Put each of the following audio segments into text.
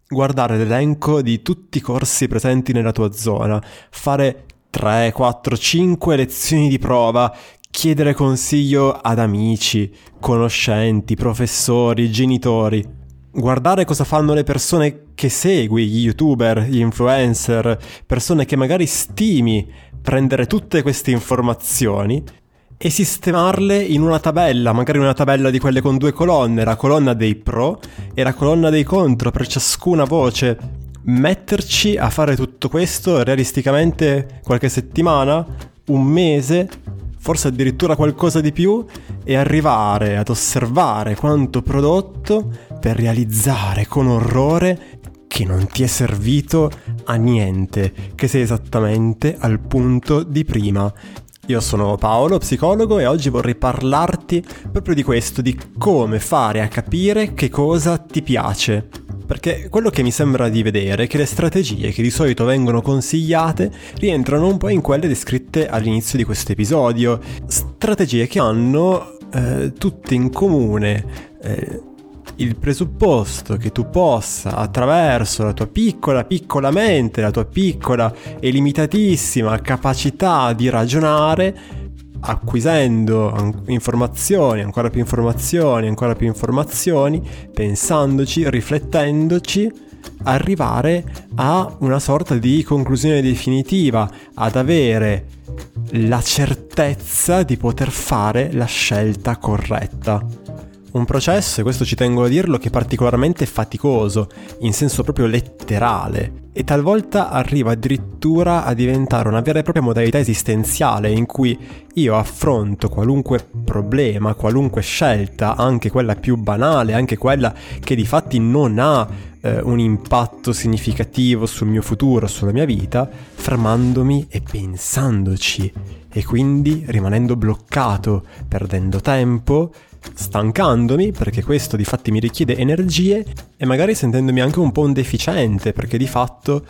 guardare l'elenco di tutti i corsi presenti nella tua zona, fare 3, 4, 5 lezioni di prova, chiedere consiglio ad amici, conoscenti, professori, genitori, guardare cosa fanno le persone che segui, gli youtuber, gli influencer, persone che magari stimi, prendere tutte queste informazioni e sistemarle in una tabella, magari una tabella di quelle con 2 colonne, la colonna dei pro e la colonna dei contro per ciascuna voce. Metterci a fare tutto questo realisticamente qualche settimana, un mese, forse addirittura qualcosa di più, e arrivare ad osservare quanto prodotto per realizzare con orrore che non ti è servito a niente, che sei esattamente al punto di prima. Io sono Paolo, psicologo, e oggi vorrei parlarti proprio di questo, di come fare a capire che cosa ti piace. Perché quello che mi sembra di vedere è che le strategie che di solito vengono consigliate rientrano un po' in quelle descritte all'inizio di questo episodio. Strategie che hanno tutte in comune il presupposto che tu possa, attraverso la tua piccola mente, la tua piccola e limitatissima capacità di ragionare, acquisendo informazioni, ancora più informazioni, pensandoci, riflettendoci, arrivare a una sorta di conclusione definitiva, ad avere la certezza di poter fare la scelta corretta. Un processo, e questo ci tengo a dirlo, che è particolarmente faticoso, in senso proprio letterale, e talvolta arriva addirittura a diventare una vera e propria modalità esistenziale in cui io affronto qualunque problema, qualunque scelta, anche quella più banale, anche quella che di fatti non ha un impatto significativo sul mio futuro, sulla mia vita, fermandomi e pensandoci, e quindi rimanendo bloccato, perdendo tempo, stancandomi, perché questo di fatti mi richiede energie, e magari sentendomi anche un po' un deficiente, perché di fatto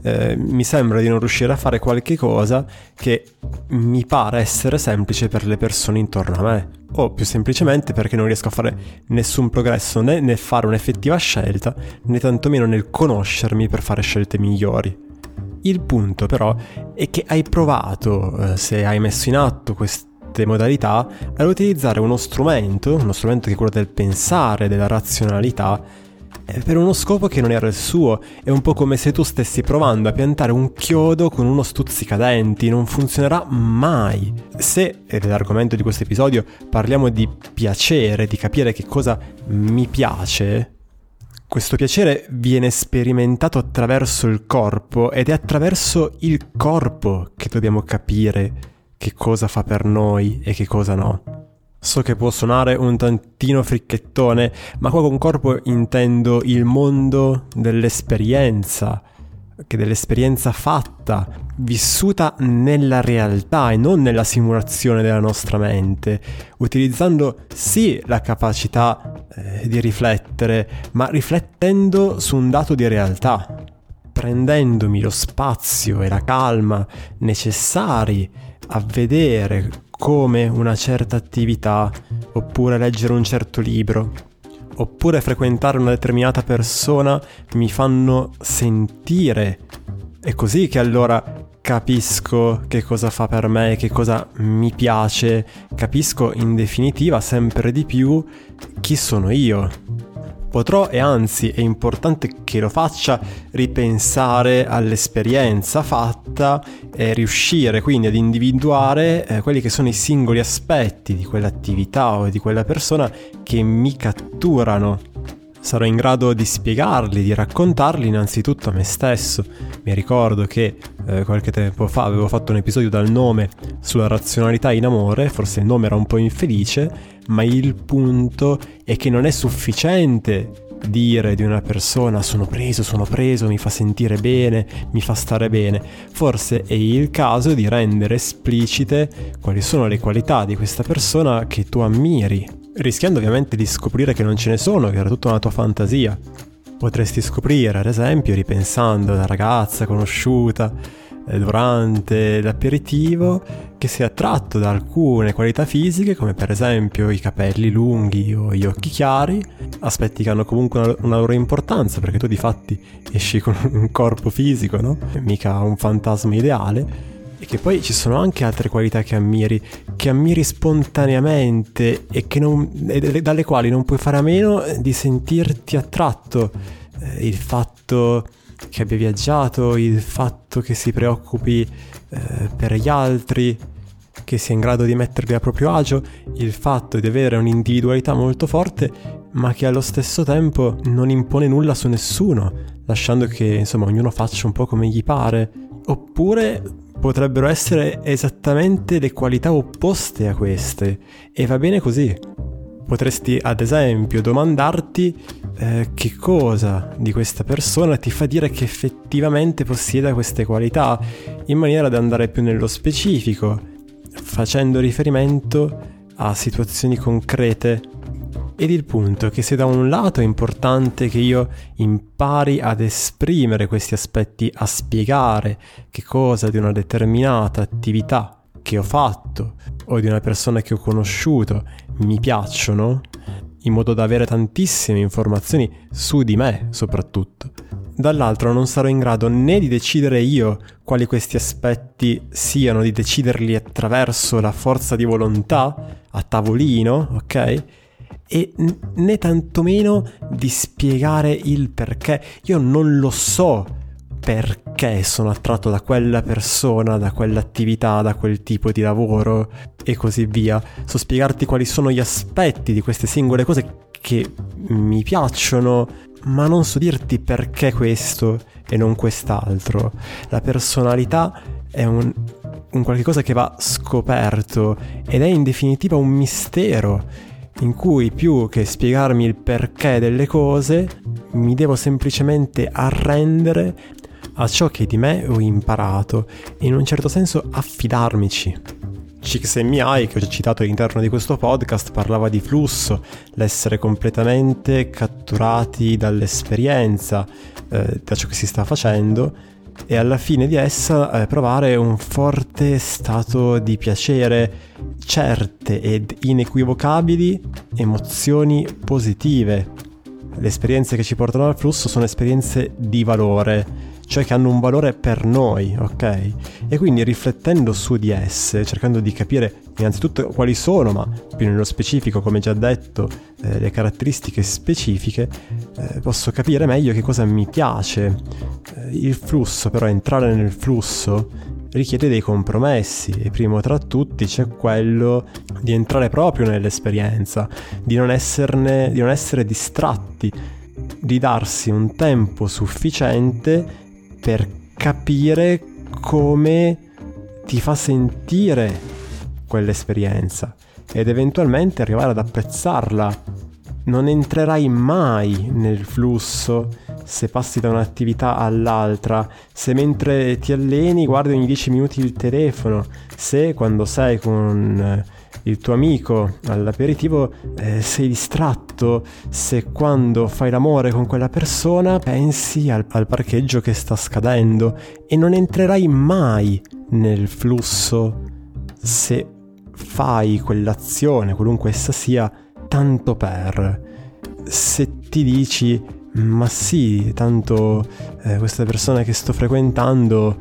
mi sembra di non riuscire a fare qualche cosa che mi pare essere semplice per le persone intorno a me, o più semplicemente perché non riesco a fare nessun progresso né nel fare un'effettiva scelta, né tantomeno nel conoscermi per fare scelte migliori. Il punto però è che hai provato, se hai messo in atto queste modalità, ad utilizzare uno strumento che è quello del pensare, della razionalità, per uno scopo che non era il suo. È un po' come se tu stessi provando a piantare un chiodo con uno stuzzicadenti, non funzionerà mai. Se, ed è l'argomento di questo episodio, parliamo di piacere, di capire che cosa mi piace, questo piacere viene sperimentato attraverso il corpo, ed è attraverso il corpo che dobbiamo capire che cosa fa per noi e che cosa no. So che può suonare un tantino fricchettone, ma qua con corpo intendo il mondo dell'esperienza, che dell'esperienza fatta, vissuta nella realtà e non nella simulazione della nostra mente, utilizzando sì la capacità di riflettere, ma riflettendo su un dato di realtà, prendendomi lo spazio e la calma necessari a vedere come una certa attività, oppure leggere un certo libro, oppure frequentare una determinata persona mi fanno sentire. È così che allora capisco che cosa fa per me, che cosa mi piace, capisco in definitiva sempre di più chi sono io. Potrò, e anzi è importante che lo faccia, ripensare all'esperienza fatta e riuscire quindi ad individuare quelli che sono i singoli aspetti di quell'attività o di quella persona che mi catturano. Sarò in grado di spiegarli, di raccontarli innanzitutto a me stesso. Mi ricordo che qualche tempo fa avevo fatto un episodio dal nome sulla razionalità in amore, forse il nome era un po' infelice, ma il punto è che non è sufficiente dire di una persona sono preso, mi fa sentire bene, mi fa stare bene. Forse è il caso di rendere esplicite quali sono le qualità di questa persona che tu ammiri, rischiando ovviamente di scoprire che non ce ne sono, che era tutta una tua fantasia. Potresti scoprire, ad esempio, ripensando alla ragazza conosciuta durante l'aperitivo, che sei attratto da alcune qualità fisiche, come per esempio i capelli lunghi o gli occhi chiari, aspetti che hanno comunque una loro importanza, perché tu di fatti esci con un corpo fisico, no? Mica un fantasma ideale. E che poi ci sono anche altre qualità che ammiri spontaneamente e dalle quali non puoi fare a meno di sentirti attratto. Il fatto che abbia viaggiato, il fatto che si preoccupi per gli altri, che sia in grado di metterli a proprio agio, il fatto di avere un'individualità molto forte, ma che allo stesso tempo non impone nulla su nessuno, lasciando che insomma ognuno faccia un po' come gli pare. Oppure potrebbero essere esattamente le qualità opposte a queste, e va bene così. Potresti ad esempio domandarti che cosa di questa persona ti fa dire che effettivamente possieda queste qualità, in maniera da andare più nello specifico, facendo riferimento a situazioni concrete. Ed il punto è che se da un lato è importante che io impari ad esprimere questi aspetti, a spiegare che cosa di una determinata attività che ho fatto o di una persona che ho conosciuto mi piacciono, in modo da avere tantissime informazioni su di me soprattutto, dall'altro non sarò in grado né di decidere io quali questi aspetti siano, di deciderli attraverso la forza di volontà a tavolino, ok? E né tantomeno di spiegare il perché. Io non lo so perché sono attratto da quella persona, da quell'attività, da quel tipo di lavoro e così via. So spiegarti quali sono gli aspetti di queste singole cose che mi piacciono, ma non so dirti perché questo e non quest'altro. La personalità è un qualche cosa che va scoperto ed è in definitiva un mistero, in cui più che spiegarmi il perché delle cose mi devo semplicemente arrendere a ciò che di me ho imparato e in un certo senso affidarmici. Csikszentmihalyi, che ho già citato all'interno di questo podcast, parlava di flusso, l'essere completamente catturati dall'esperienza, da ciò che si sta facendo, e alla fine di essa provare un forte stato di piacere, certe ed inequivocabili emozioni positive. Le esperienze che ci portano al flusso sono esperienze di valore, cioè che hanno un valore per noi, ok? E quindi riflettendo su di esse, cercando di capire innanzitutto quali sono, ma più nello specifico, come già detto, le caratteristiche specifiche, posso capire meglio che cosa mi piace. Il flusso, però, entrare nel flusso richiede dei compromessi, e primo tra tutti c'è quello di entrare proprio nell'esperienza, di non essere distratti, di darsi un tempo sufficiente per capire come ti fa sentire quell'esperienza ed eventualmente arrivare ad apprezzarla. Non entrerai mai nel flusso se passi da un'attività all'altra, se mentre ti alleni guardi ogni 10 minuti il telefono, se quando sei con il tuo amico all'aperitivo sei distratto, se quando fai l'amore con quella persona pensi al parcheggio che sta scadendo, e non entrerai mai nel flusso se fai quell'azione, qualunque essa sia, tanto per. Se ti dici ma tanto questa persona che sto frequentando,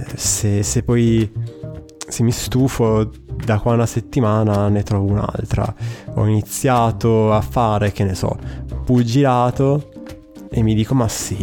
se poi mi stufo da qua una settimana ne trovo un'altra. Ho iniziato a fare, che ne so, pugilato e mi dico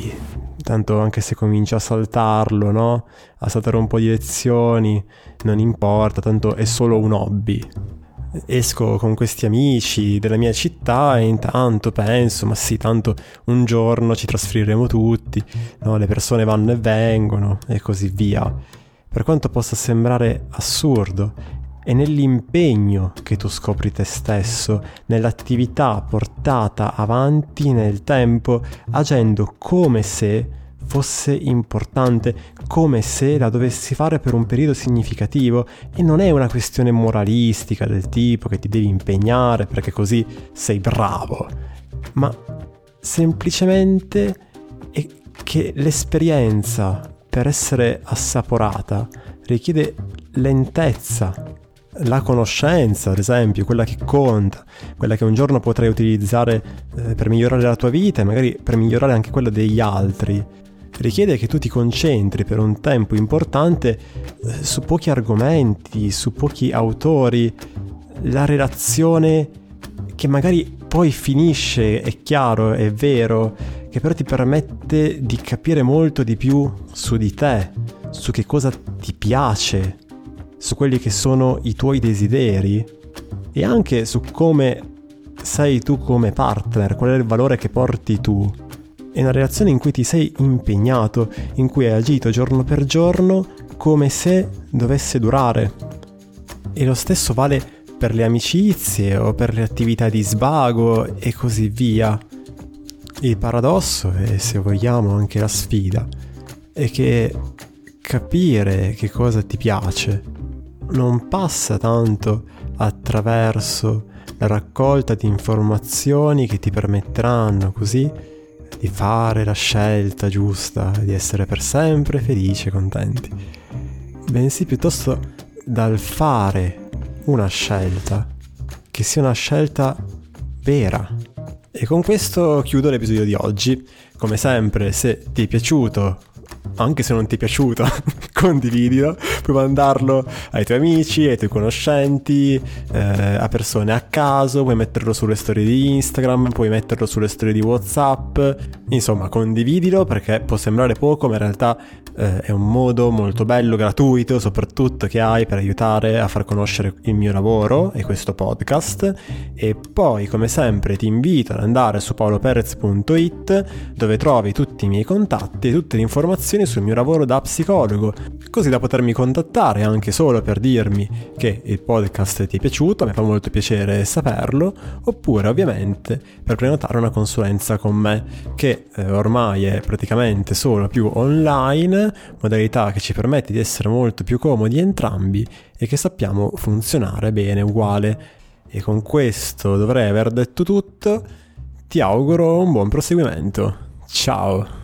tanto anche se comincio a saltarlo, no? A saltare un po' di lezioni, non importa, tanto è solo un hobby. Esco con questi amici della mia città e intanto penso, tanto un giorno ci trasferiremo tutti, no? Le persone vanno e vengono e così via. Per quanto possa sembrare assurdo, è nell'impegno che tu scopri te stesso, nell'attività portata avanti nel tempo, agendo come se fosse importante, come se la dovessi fare per un periodo significativo, e non è una questione moralistica del tipo che ti devi impegnare perché così sei bravo, ma semplicemente è che l'esperienza, per essere assaporata, richiede lentezza, la conoscenza, ad esempio, quella che conta, quella che un giorno potrai utilizzare per migliorare la tua vita e magari per migliorare anche quella degli altri, richiede che tu ti concentri per un tempo importante su pochi argomenti, su pochi autori. La relazione che magari poi finisce, è chiaro, è vero, che però ti permette di capire molto di più su di te, su che cosa ti piace, su quelli che sono i tuoi desideri e anche su come sei tu come partner, qual è il valore che porti tu. È una relazione in cui ti sei impegnato, in cui hai agito giorno per giorno come se dovesse durare. E lo stesso vale per le amicizie o per le attività di svago e così via. Il paradosso, e se vogliamo anche la sfida, è che capire che cosa ti piace non passa tanto attraverso la raccolta di informazioni che ti permetteranno così di fare la scelta giusta, di essere per sempre felici e contenti, bensì piuttosto dal fare una scelta che sia una scelta vera. E con questo chiudo l'episodio di oggi. Come sempre, se ti è piaciuto, anche se non ti è piaciuto, condividilo, puoi mandarlo ai tuoi amici, ai tuoi conoscenti, a persone a caso, puoi metterlo sulle storie di Instagram, puoi metterlo sulle storie di WhatsApp, insomma condividilo, perché può sembrare poco ma in realtà è un modo molto bello, gratuito soprattutto, che hai per aiutare a far conoscere il mio lavoro e questo podcast. E poi come sempre ti invito ad andare su paoloperez.it, dove trovi tutti i miei contatti e tutte le informazioni sul mio lavoro da psicologo, così da potermi contattare anche solo per dirmi che il podcast ti è piaciuto, mi fa molto piacere saperlo, oppure ovviamente per prenotare una consulenza con me, che ormai è praticamente solo più online, modalità che ci permette di essere molto più comodi entrambi e che sappiamo funzionare bene uguale. E con questo dovrei aver detto tutto. Ti auguro un buon proseguimento. Ciao!